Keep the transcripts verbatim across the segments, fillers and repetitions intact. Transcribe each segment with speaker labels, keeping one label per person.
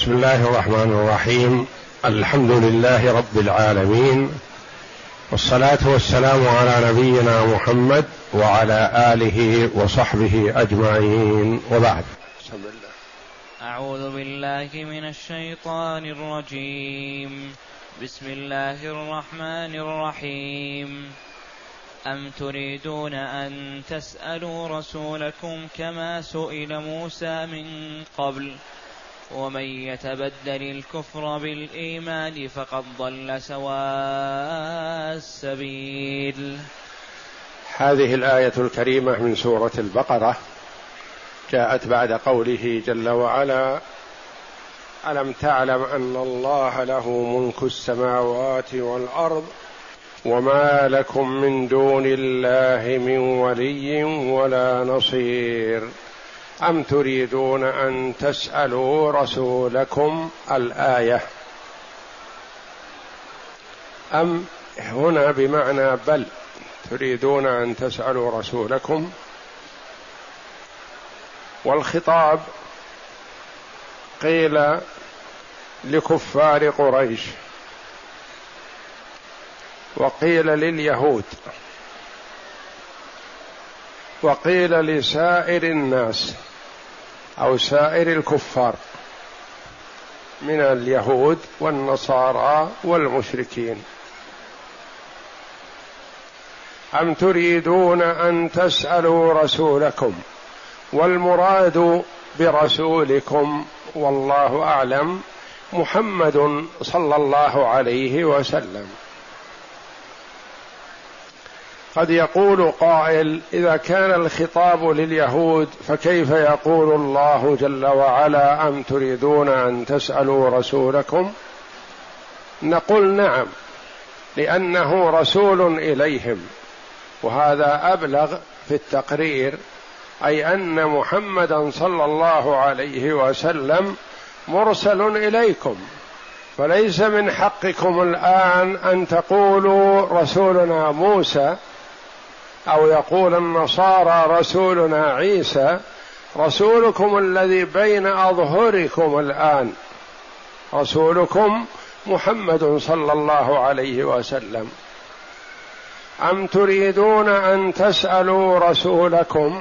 Speaker 1: بسم الله الرحمن الرحيم. الحمد لله رب العالمين، والصلاة والسلام على نبينا محمد وعلى آله وصحبه أجمعين، وبعد.
Speaker 2: أعوذ بالله من الشيطان الرجيم. بسم الله الرحمن الرحيم. أم تريدون أن تسألوا رسولكم كما سئل موسى من قبل ومن يتبدل الكفر بالإيمان فقد ضل سواء السبيل.
Speaker 1: هذه الآية الكريمة من سورة البقرة جاءت بعد قوله جل وعلا: ألم تعلم أن الله له ملك السماوات والأرض وما لكم من دون الله من ولي ولا نصير أم تريدون أن تسألوا رسولكم. الآية أم هنا بمعنى بل، تريدون أن تسألوا رسولكم، والخطاب قيل لكفار قريش وقيل لليهود وقيل لسائر الناس أو سائر الكفار من اليهود والنصارى والمشركين. أم تريدون أن تسألوا رسولكم، والمراد برسولكم والله أعلم محمد صلى الله عليه وسلم. قد يقول قائل: إذا كان الخطاب لليهود فكيف يقول الله جل وعلا أم تريدون أن تسألوا رسولكم؟ نقول نعم، لأنه رسول إليهم، وهذا أبلغ في التقرير، أي أن محمدا صلى الله عليه وسلم مرسل إليكم، فليس من حقكم الآن أن تقولوا رسولنا موسى أو يقول النصارى رسولنا عيسى. رسولكم الذي بين أظهركم الآن رسولكم محمد صلى الله عليه وسلم. أم تريدون أن تسألوا رسولكم،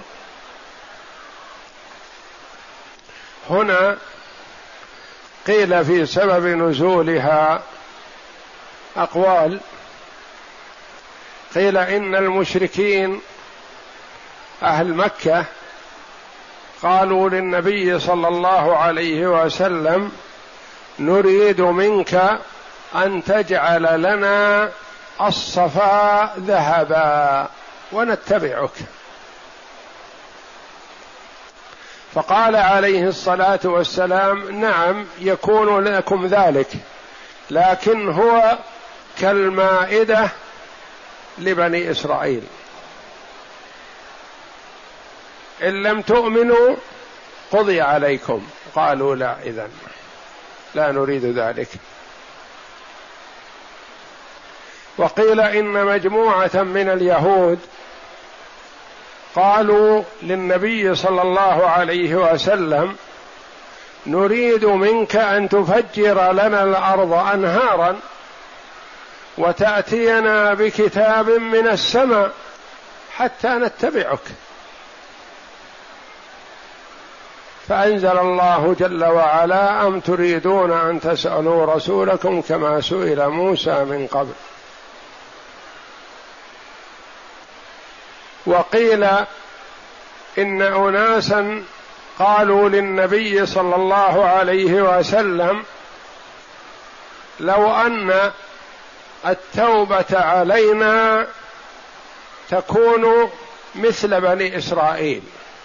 Speaker 1: هنا قيل في سبب نزولها أقوال. قيل إن المشركين أهل مكة قالوا للنبي صلى الله عليه وسلم: نريد منك أن تجعل لنا الصفا ذهبا ونتبعك. فقال عليه الصلاة والسلام: نعم يكون لكم ذلك، لكن هو كالمائدة لبني إسرائيل، إن لم تؤمنوا قضي عليكم. قالوا: لا، إذن لا نريد ذلك. وقيل إن مجموعة من اليهود قالوا للنبي صلى الله عليه وسلم: نريد منك أن تفجر لنا الأرض أنهارا وتأتينا بكتاب من السماء حتى نتبعك. فأنزل الله جل وعلا: أم تريدون أن تسألوا رسولكم كما سئل موسى من قبل. وقيل إن أناسا قالوا للنبي صلى الله عليه وسلم: لو أن التوبة علينا تكون مثل بني إسرائيل،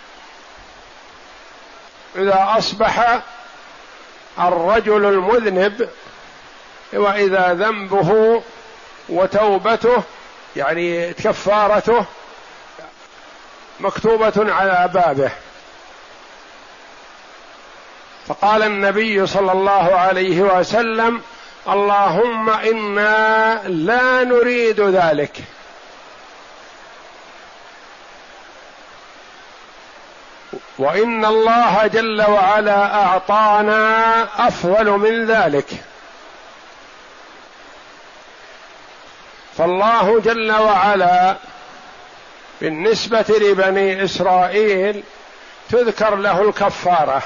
Speaker 1: إذا أصبح الرجل المذنب وإذا ذنبه وتوبته يعني كفارته مكتوبة على بابه. فقال النبي صلى الله عليه وسلم: اللهم إنا لا نريد ذلك. وإن الله جل وعلا أعطانا أفضل من ذلك. فالله جل وعلا بالنسبة لبني إسرائيل تذكر له الكفارة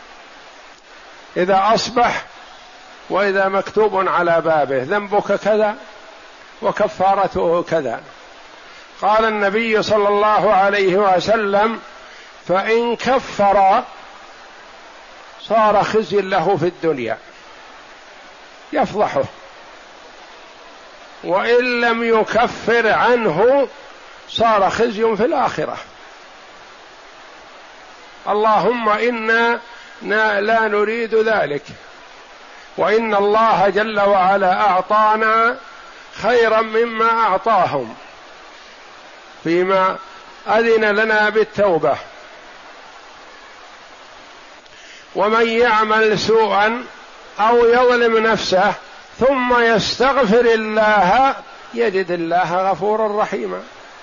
Speaker 1: إذا أصبح وإذا مكتوب على بابه ذنبك كذا وكفارته كذا. قال النبي صلى الله عليه وسلم: فإن كفر صار خزي له في الدنيا يفضحه، وإن لم يكفر عنه صار خزي في الآخرة. اللهم إنا لا نريد ذلك، وإن الله جل وعلا أعطانا خيرا مما أعطاهم فيما أذن لنا بالتوبة. ومن يعمل سوءا أو يظلم نفسه ثم يستغفر الله يجد الله غفورا رحيما.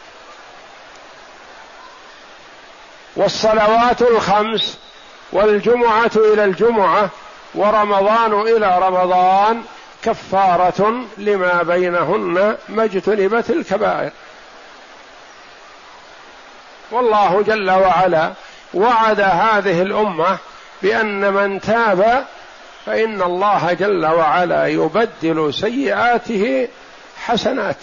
Speaker 1: والصلوات الخمس والجمعة إلى الجمعة ورمضان إلى رمضان كفارة لما بينهن ما اجتنبت الكبائر. والله جل وعلا وعد هذه الأمة بأن من تاب فإن الله جل وعلا يبدل سيئاته حسنات،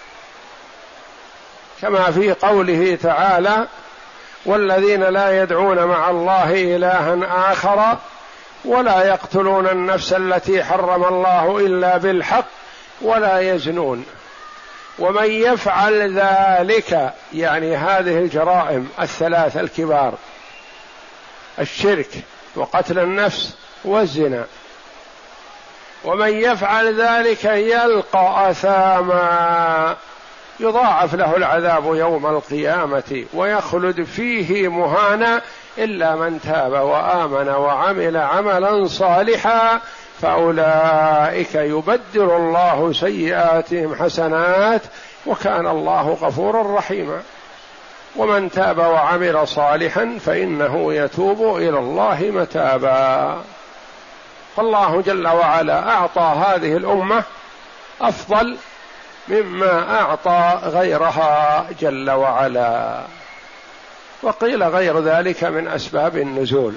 Speaker 1: كما في قوله تعالى: والذين لا يدعون مع الله إلها آخر ولا يقتلون النفس التي حرم الله إلا بالحق ولا يزنون ومن يفعل ذلك، يعني هذه الجرائم الثلاث الكبار: الشرك وقتل النفس والزنا، ومن يفعل ذلك يلقى أثاما يضاعف له العذاب يوم القيامة ويخلد فيه مهانا إلا من تاب وآمن وعمل عملا صالحا فأولئك يبدل الله سيئاتهم حسنات وكان الله غفورا رحيما. ومن تاب وعمل صالحا فإنه يتوب إلى الله متابا. فالله جل وعلا أعطى هذه الأمة أفضل مما أعطى غيرها جل وعلا، وقيل غير ذلك من أسباب النزول.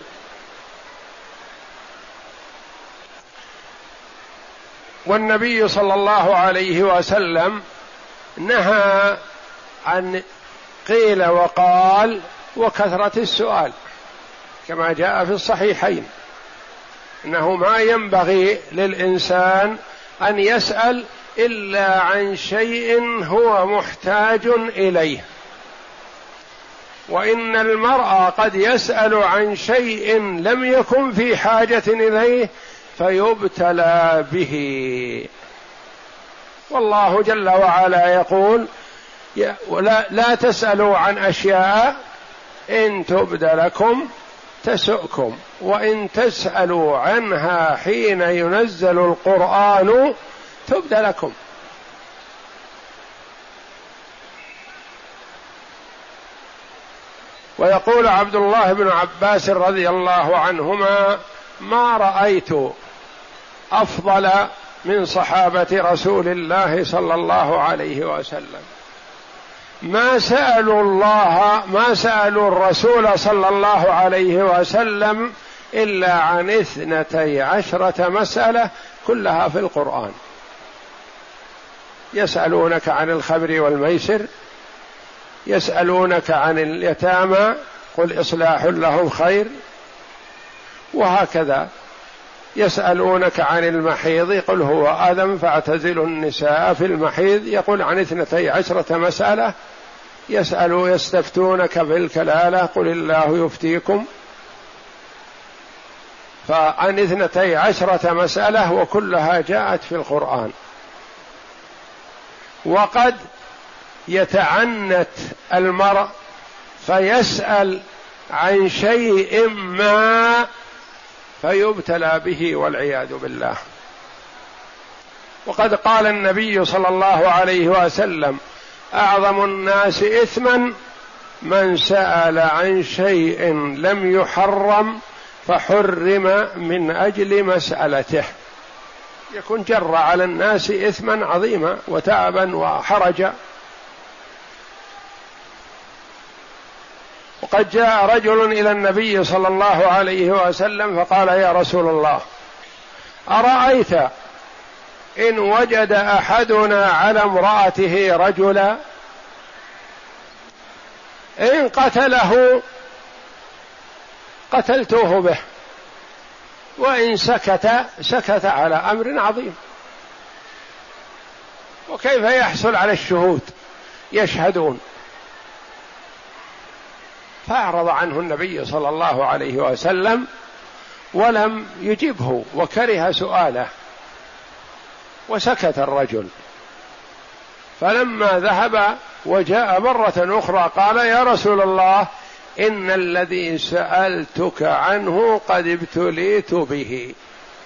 Speaker 1: والنبي صلى الله عليه وسلم نهى عن قيل وقال وكثرة السؤال، كما جاء في الصحيحين إنه ما ينبغي للإنسان أن يسأل إلا عن شيء هو محتاج إليه، وإن المرء قد يسأل عن شيء لم يكن في حاجة إليه فيبتلى به. والله جل وعلا يقول: لا, لا تسألوا عن أشياء إن تبد لكم تسؤكم وإن تسألوا عنها حين ينزل القرآن تبد لكم. ويقول عبد الله بن عباس رضي الله عنهما: ما رأيت أفضل من صحابة رسول الله صلى الله عليه وسلم، ما سألوا الله ما سألوا الرسول صلى الله عليه وسلم إلا عن اثنتي عشرة مسألة كلها في القرآن. يسألونك عن الخمر والميسر، يسألونك عن اليتامى قل إصلاح لهم خير، وهكذا يسألونك عن المحيض قل هو أذى فاعتزلوا النساء في المحيض، يقول عن اثنتي عشرة مسألة. يسألوا يستفتونك في الكلالة قل الله يفتيكم، فعن اثنتي عشرة مسألة وكلها جاءت في القرآن. وقد يتعنت المرء فيسأل عن شيء ما فيبتلى به والعياذ بالله. وقد قال النبي صلى الله عليه وسلم: أعظم الناس إثما من سأل عن شيء لم يحرم فحرم من أجل مسألته، يكون جر على الناس إثما عظيما وتعبا وحرجا. وقد جاء رجل إلى النبي صلى الله عليه وسلم فقال: يا رسول الله، أرأيت إن وجد أحدنا على امرأته رجلا إن قتله قتلته به، وإن سكت سكت على أمر عظيم، وكيف يحصل على الشهود يشهدون؟ فأعرض عنه النبي صلى الله عليه وسلم ولم يجبه وكره سؤاله وسكت الرجل. فلما ذهب وجاء مرة أخرى قال: يا رسول الله، إن الذي سألتك عنه قد ابتليت به.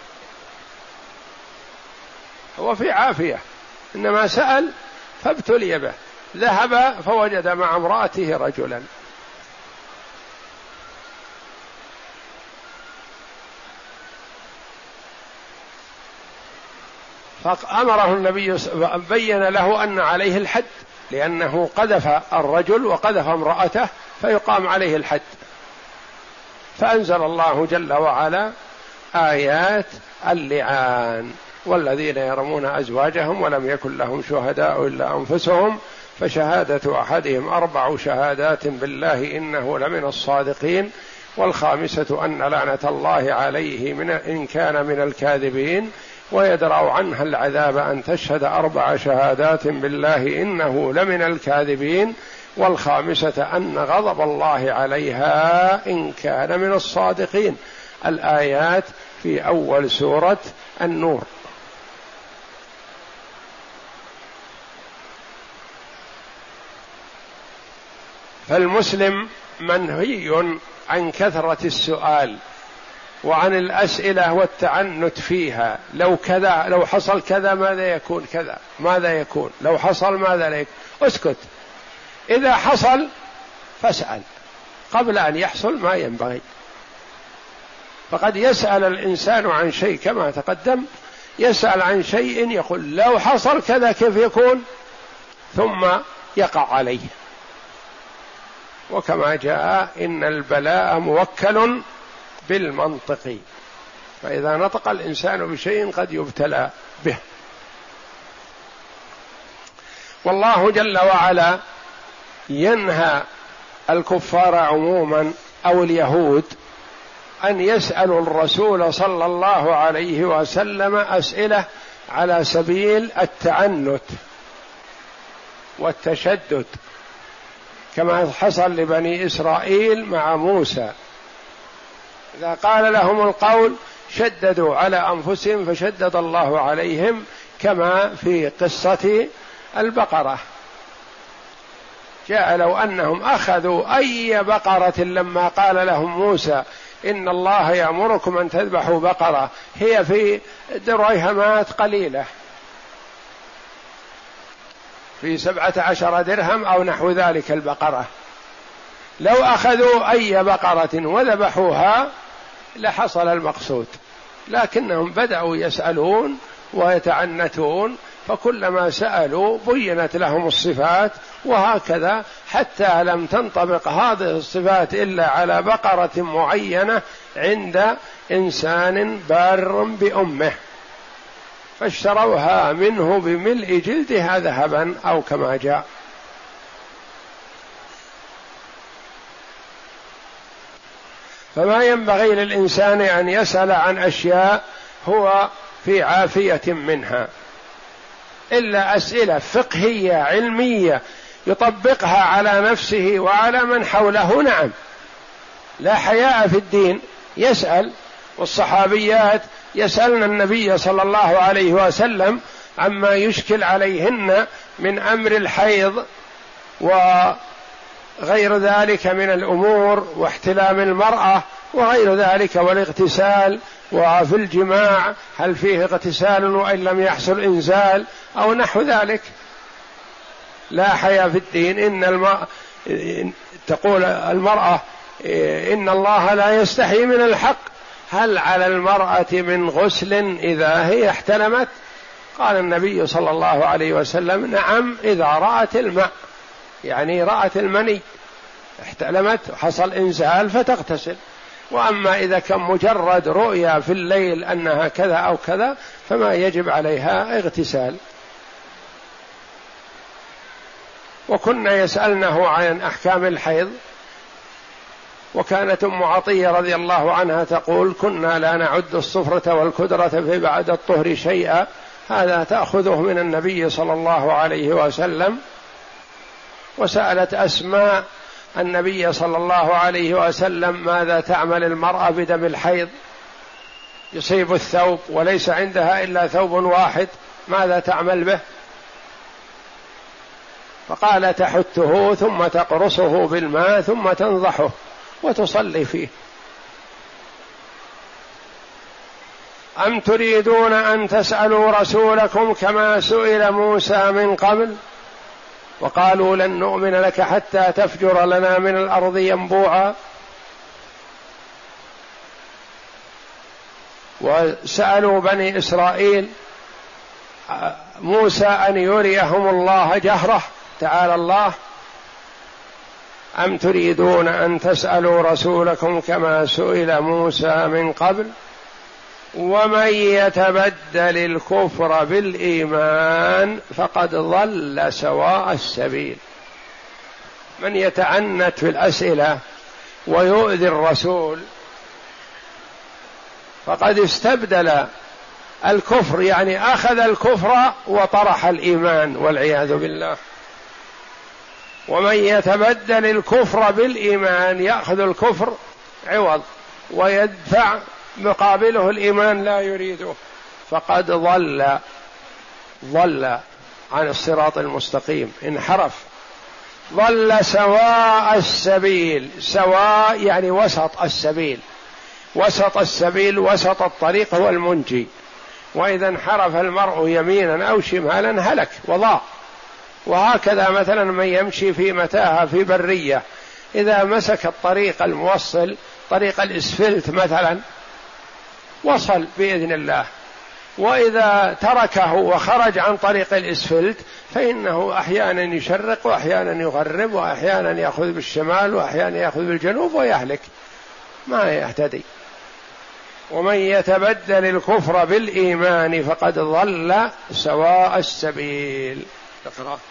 Speaker 1: هو في عافية، إنما سأل فابتلي به. ذهب فوجد مع امرأته رجلا. فأمره النبي بين له أن عليه الحد، لأنه قذف الرجل وقذف امرأته فيقام عليه الحد. فأنزل الله جل وعلا آيات اللعان: والذين يرمون أزواجهم ولم يكن لهم شهداء إلا أنفسهم فشهادة أحدهم أربع شهادات بالله إنه لمن الصادقين والخامسة أن لعنة الله عليه من إن كان من الكاذبين ويدرأ عنها العذاب أن تشهد أربع شهادات بالله إنه لمن الكاذبين والخامسة أن غضب الله عليها إن كان من الصادقين. الآيات في أول سورة النور. فالمسلم منهي عن كثرة السؤال وعن الأسئلة والتعنت فيها. لو كذا، لو حصل كذا ماذا يكون كذا، ماذا يكون لو حصل ماذا لا يكون. اسكت، إذا حصل فاسأل قبل أن يحصل ما ينبغي. فقد يسأل الإنسان عن شيء كما تقدم، يسأل عن شيء يقول لو حصل كذا كيف يكون، ثم يقع عليه. وكما جاء إن البلاء موكل بالمنطق، فإذا نطق الإنسان بشيء قد يبتلى به. والله جل وعلا ينهى الكفار عموما أو اليهود أن يسألوا الرسول صلى الله عليه وسلم أسئلة على سبيل التعنت والتشدد، كما حصل لبني إسرائيل مع موسى. إذا قال لهم القول شددوا على أنفسهم فشدد الله عليهم، كما في قصة البقرة. جاء لو أنهم أخذوا أي بقرة لما قال لهم موسى إن الله يأمركم أن تذبحوا بقرة هي في درهمات قليلة، في سبعة عشر درهم أو نحو ذلك البقرة، لو أخذوا أي بقرة وذبحوها لحصل المقصود، لكنهم بدأوا يسألون ويتعنتون، فكلما سألوا بينت لهم الصفات، وهكذا حتى لم تنطبق هذه الصفات إلا على بقرة معينة عند إنسان بار بأمه، فاشتروها منه بملء جلدها ذهبا أو كما جاء. فما ينبغي للإنسان أن يسأل عن أشياء هو في عافية منها، إلا أسئلة فقهية علمية يطبقها على نفسه وعلى من حوله، نعم، لا حياء في الدين، يسأل. والصحابيات يسألن النبي صلى الله عليه وسلم عما يشكل عليهن من أمر الحيض وغير ذلك من الأمور، واحتلام المرأة وغير ذلك، والاغتسال، وفي الجماع هل فيه اغتسال وإن لم يحصل إنزال أو نحو ذلك. لا حياء في الدين، إن الم... تقول المرأة إن الله لا يستحي من الحق، هل على المرأة من غسل إذا هي احتلمت؟ قال النبي صلى الله عليه وسلم نعم إذا رأت الماء، يعني رأت المني احتلمت حصل إنزال فتغتسل، وأما إذا كان مجرد رؤيا في الليل أنها كذا أو كذا فما يجب عليها اغتسال. وكنا يسألنه عن أحكام الحيض، وكانت أم عطية رضي الله عنها تقول كنا لا نعد الصفرة والكدرة في بعد الطهر شيئا، هذا تأخذه من النبي صلى الله عليه وسلم. وسألت أسماء النبي صلى الله عليه وسلم ماذا تعمل المرأة بدم الحيض، يصيب الثوب وليس عندها إلا ثوب واحد، ماذا تعمل به؟ فقال تحته ثم تقرصه بالماء ثم تنضحه وتصلي فيه. أم تريدون أن تسألوا رسولكم كما سئل موسى من قبل وقالوا لن نؤمن لك حتى تفجر لنا من الأرض ينبوعا. وسألوا بني إسرائيل موسى أن يريهم الله جهرة، تعالى الله. أم تريدون أن تسألوا رسولكم كما سئل موسى من قبل ومن يتبدل الكفر بالإيمان فقد ضل سواء السبيل. من يتعنت في الأسئلة ويؤذي الرسول فقد استبدل الكفر، يعني أخذ الكفر وطرح الإيمان والعياذ بالله. ومن يتبدل الكفر بالإيمان يأخذ الكفر عوض ويدفع مقابله الإيمان لا يريده، فقد ضل ضل عن الصراط المستقيم، انحرف، ضل سواء السبيل. سواء يعني وسط السبيل، وسط السبيل وسط الطريق هو المنجي. وإذا انحرف المرء يمينا أو شمالا هلك وضاع. وهكذا مثلا من يمشي في متاهة في برية إذا مسك الطريق الموصل طريق الإسفلت مثلا وصل بإذن الله، وإذا تركه وخرج عن طريق الإسفلت فإنه أحيانا يشرق وأحيانا يغرب وأحيانا يأخذ بالشمال وأحيانا يأخذ بالجنوب ويهلك ما يهتدي. ومن يتبدل الكفر بالإيمان فقد ضل سواء السبيل. اقرأ.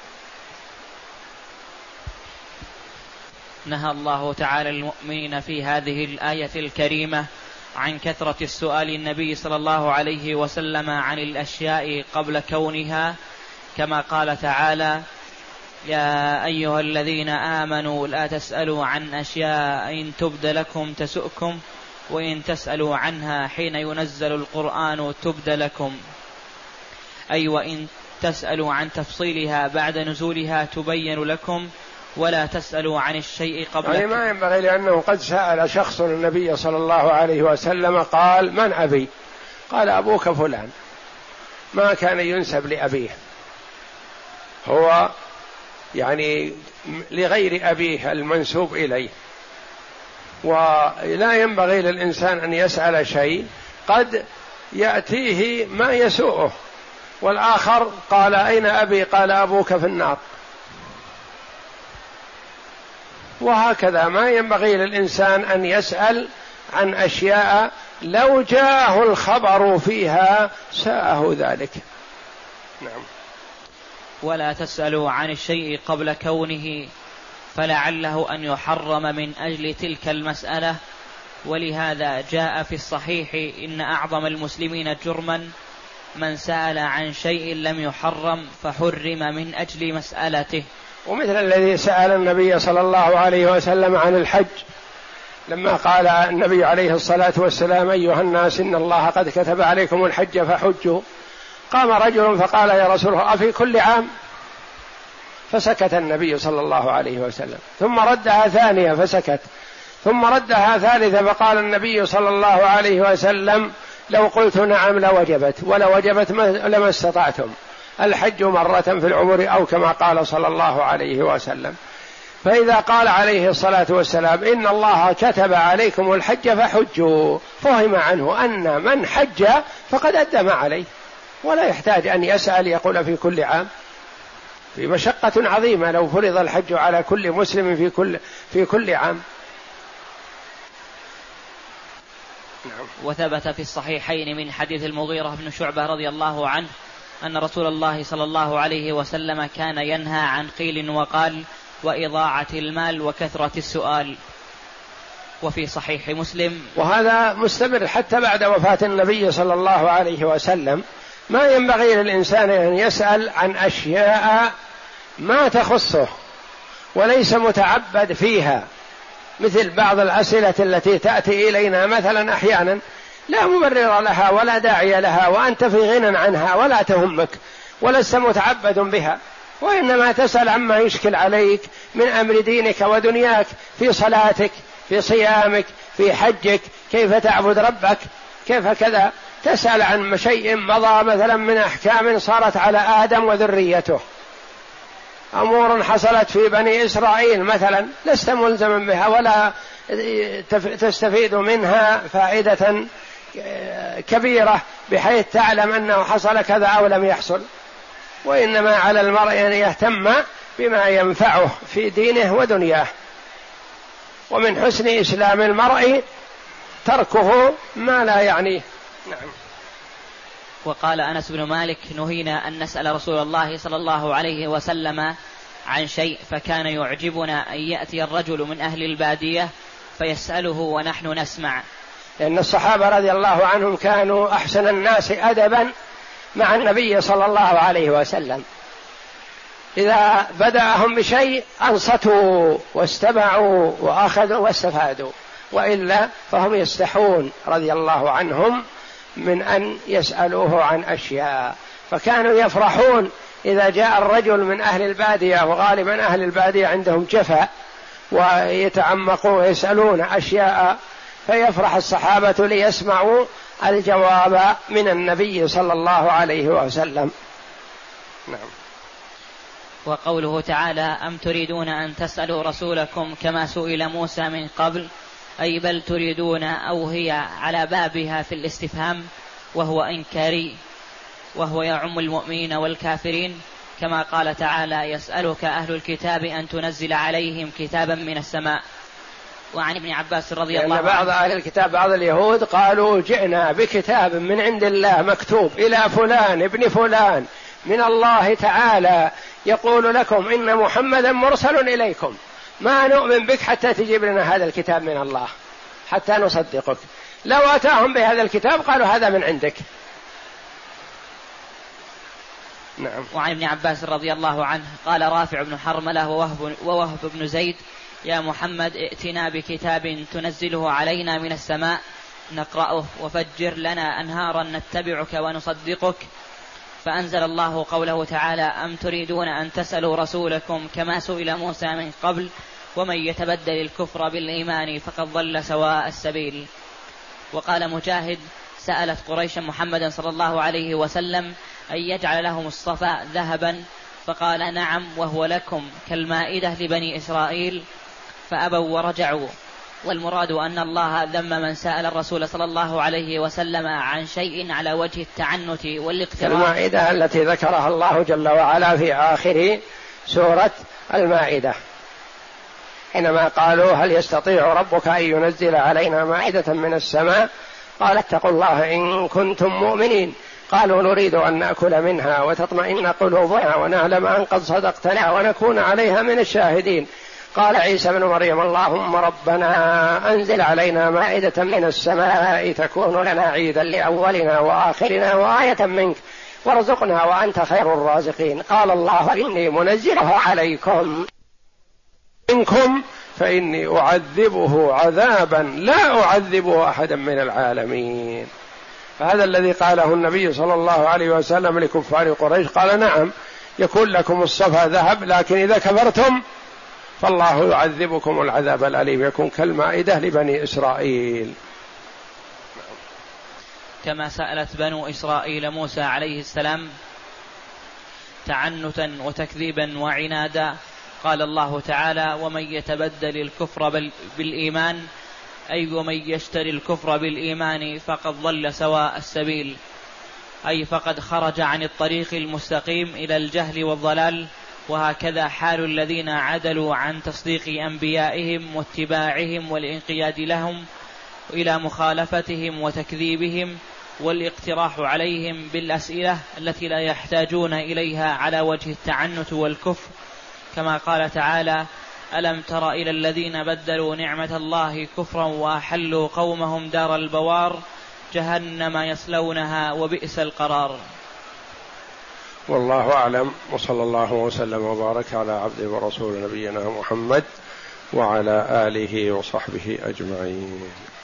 Speaker 2: نهى الله تعالى المؤمنين في هذه الآية الكريمة عن كثرة السؤال النبي صلى الله عليه وسلم عن الأشياء قبل كونها، كما قال تعالى: يا أيها الذين آمنوا لا تسألوا عن أشياء إن تبد لكم تسؤكم وإن تسألوا عنها حين ينزل القرآن تبد لكم، أي وإن تسألوا عن تفصيلها بعد نزولها تبين لكم ولا تسألوا عن الشيء قبل.
Speaker 1: يعني ما ينبغي، لأنه قد سأل شخص النبي صلى الله عليه وسلم قال: من أبي؟ قال: أبوك فلان. ما كان ينسب لأبيه، هو يعني لغير أبيه المنسوب إليه. ولا ينبغي للإنسان أن يسأل شيء قد يأتيه ما يسوءه، والآخر قال: أين أبي؟ قال: أبوك في النار. وهكذا ما ينبغي للإنسان أن يسأل عن أشياء لو جاءه الخبر فيها ساءه ذلك. نعم.
Speaker 2: ولا تسألوا عن الشيء قبل كونه، فلعله أن يحرم من أجل تلك المسألة. ولهذا جاء في الصحيح: إن أعظم المسلمين جرما من سأل عن شيء لم يحرم فحرم من أجل مسألته.
Speaker 1: ومثل الذي سأل النبي صلى الله عليه وسلم عن الحج لما قال النبي عليه الصلاة والسلام: أيها الناس إن الله قد كتب عليكم الحج فحجوا. قام رجل فقال: يا رسول الله أفي كل عام؟ فسكت النبي صلى الله عليه وسلم، ثم ردها ثانية فسكت، ثم ردها ثالثة فقال النبي صلى الله عليه وسلم: لو قلت نعم لوجبت، ولو وجبت لما استطعتم، الحج مرة في العمر، أو كما قال صلى الله عليه وسلم. فإذا قال عليه الصلاة والسلام إن الله كتب عليكم الحج فحجوا، فهم عنه أن من حج فقد أدى ما عليه، ولا يحتاج أن يسأل يقول في كل عام، في مشقة عظيمة لو فرض الحج على كل مسلم في كل في كل عام.
Speaker 2: وثبت في الصحيحين من حديث المغيرة بن شعبة رضي الله عنه أن رسول الله صلى الله عليه وسلم كان ينهى عن قيل وقال وإضاعة المال وكثرة السؤال. وفي صحيح مسلم،
Speaker 1: وهذا مستمر حتى بعد وفاة النبي صلى الله عليه وسلم، ما ينبغي للإنسان أن يسأل عن أشياء ما تخصه وليس متعبد فيها، مثل بعض الأسئلة التي تأتي إلينا مثلا أحيانا لا مبرر لها ولا داعي لها وأنت في غنى عنها ولا تهمك ولست متعبد بها، وإنما تسأل عما يشكل عليك من أمر دينك ودنياك، في صلاتك، في صيامك، في حجك، كيف تعبد ربك، كيف كذا، تسأل عن شيء مضى مثلا من أحكام صارت على آدم وذريته، أمور حصلت في بني إسرائيل مثلا لست ملزما بها ولا تستفيد منها فائدة كبيرة بحيث تعلم أنه حصل كذا أو لم يحصل، وإنما على المرء أن يهتم بما ينفعه في دينه ودنياه. ومن حسن إسلام المرء تركه ما لا يعنيه. نعم.
Speaker 2: وقال أنس بن مالك نهينا أن نسأل رسول الله صلى الله عليه وسلم عن شيء، فكان يعجبنا أن يأتي الرجل من أهل البادية فيسأله ونحن نسمع.
Speaker 1: لأن الصحابة رضي الله عنهم كانوا أحسن الناس أدبا مع النبي صلى الله عليه وسلم، إذا بدأهم بشيء أنصتوا واستمعوا وأخذوا واستفادوا، وإلا فهم يستحون رضي الله عنهم من أن يسألوه عن أشياء، فكانوا يفرحون إذا جاء الرجل من أهل البادية، وغالبا أهل البادية عندهم جفاء ويتعمقون ويسألون أشياء، فيفرح الصحابة ليسمعوا الجواب من النبي صلى الله عليه وسلم. نعم.
Speaker 2: وقوله تعالى أم تريدون أن تسألوا رسولكم كما سئل موسى من قبل، أي بل تريدون، أو هي على بابها في الاستفهام وهو إنكاري، وهو يعم المؤمنين والكافرين، كما قال تعالى يسألك أهل الكتاب أن تنزل عليهم كتابا من السماء. وعن ابن عباس رضي الله عنه
Speaker 1: بعض أهل الكتاب بعض اليهود قالوا جئنا بكتاب من عند الله مكتوب إلى فلان ابن فلان من الله تعالى يقول لكم إن محمدا مرسل إليكم، ما نؤمن بك حتى تجيب لنا هذا الكتاب من الله حتى نصدقك. لو أتاهم بهذا الكتاب قالوا هذا من عندك. نعم.
Speaker 2: وعن ابن عباس رضي الله عنه قال رافع بن حرملة ووهب, ووهب بن زيد يا محمد ائتنا بكتاب تنزله علينا من السماء نقرأه وفجر لنا أنهارا نتبعك ونصدقك. فأنزل الله قوله تعالى أم تريدون أن تسألوا رسولكم كما سئل موسى من قبل ومن يتبدل الكفر بالإيمان فقد ضل سواء السبيل. وقال مجاهد سألت قريش محمدا صلى الله عليه وسلم أن يجعل لهم الصفا ذهبا، فقال نعم وهو لكم كالمائدة لبني إسرائيل، فأبوا ورجعوا. والمراد أن الله ذم من سأل الرسول صلى الله عليه وسلم عن شيء على وجه التعنت والاقتراح.
Speaker 1: المائدة التي ذكرها الله جل وعلا في آخر سورة المائدة حينما قالوا هل يستطيع ربك أن ينزل علينا مائدة من السماء، قال اتقوا الله إن كنتم مؤمنين، قالوا نريد أن نأكل منها وتطمئن قلوبنا ونعلم أن قد صدقتنا ونكون عليها من الشاهدين. قال عيسى بن مريم اللهم ربنا أنزل علينا مائدة من السماء تكون لنا عيدا لأولنا وآخرنا وآية منك وارزقنا وأنت خير الرازقين. قال الله إني منزلها عليكم منكم فإني أعذبه عذابا لا أعذبه أحدا من العالمين. فهذا الذي قاله النبي صلى الله عليه وسلم لكفار قريش، قال نعم يكون لكم الصفا ذهب، لكن إذا كفرتم فالله يعذبكم العذاب الأليم، يكون كالمائدة لبني إسرائيل.
Speaker 2: كما سألت بنو إسرائيل موسى عليه السلام تعنتا وتكذيبا وعنادا قال الله تعالى: ومن يتبدل الكفر بالإيمان، أي ومن يشتري الكفر بالإيمان فقد ضل سواء السبيل، أي فقد خرج عن الطريق المستقيم إلى الجهل والضلال. وهكذا حال الذين عدلوا عن تصديق أنبيائهم واتباعهم والانقياد لهم إلى مخالفتهم وتكذيبهم والاقتراح عليهم بالأسئلة التي لا يحتاجون إليها على وجه التعنت والكفر، كما قال تعالى: ألم تر إلى الذين بدلوا نعمة الله كفرا وأحلوا قومهم دار البوار جهنم يصلونها وبئس القرار.
Speaker 1: والله أعلم، وصلى الله وسلم وبارك على عبده ورسول نبينا محمد وعلى آله وصحبه أجمعين.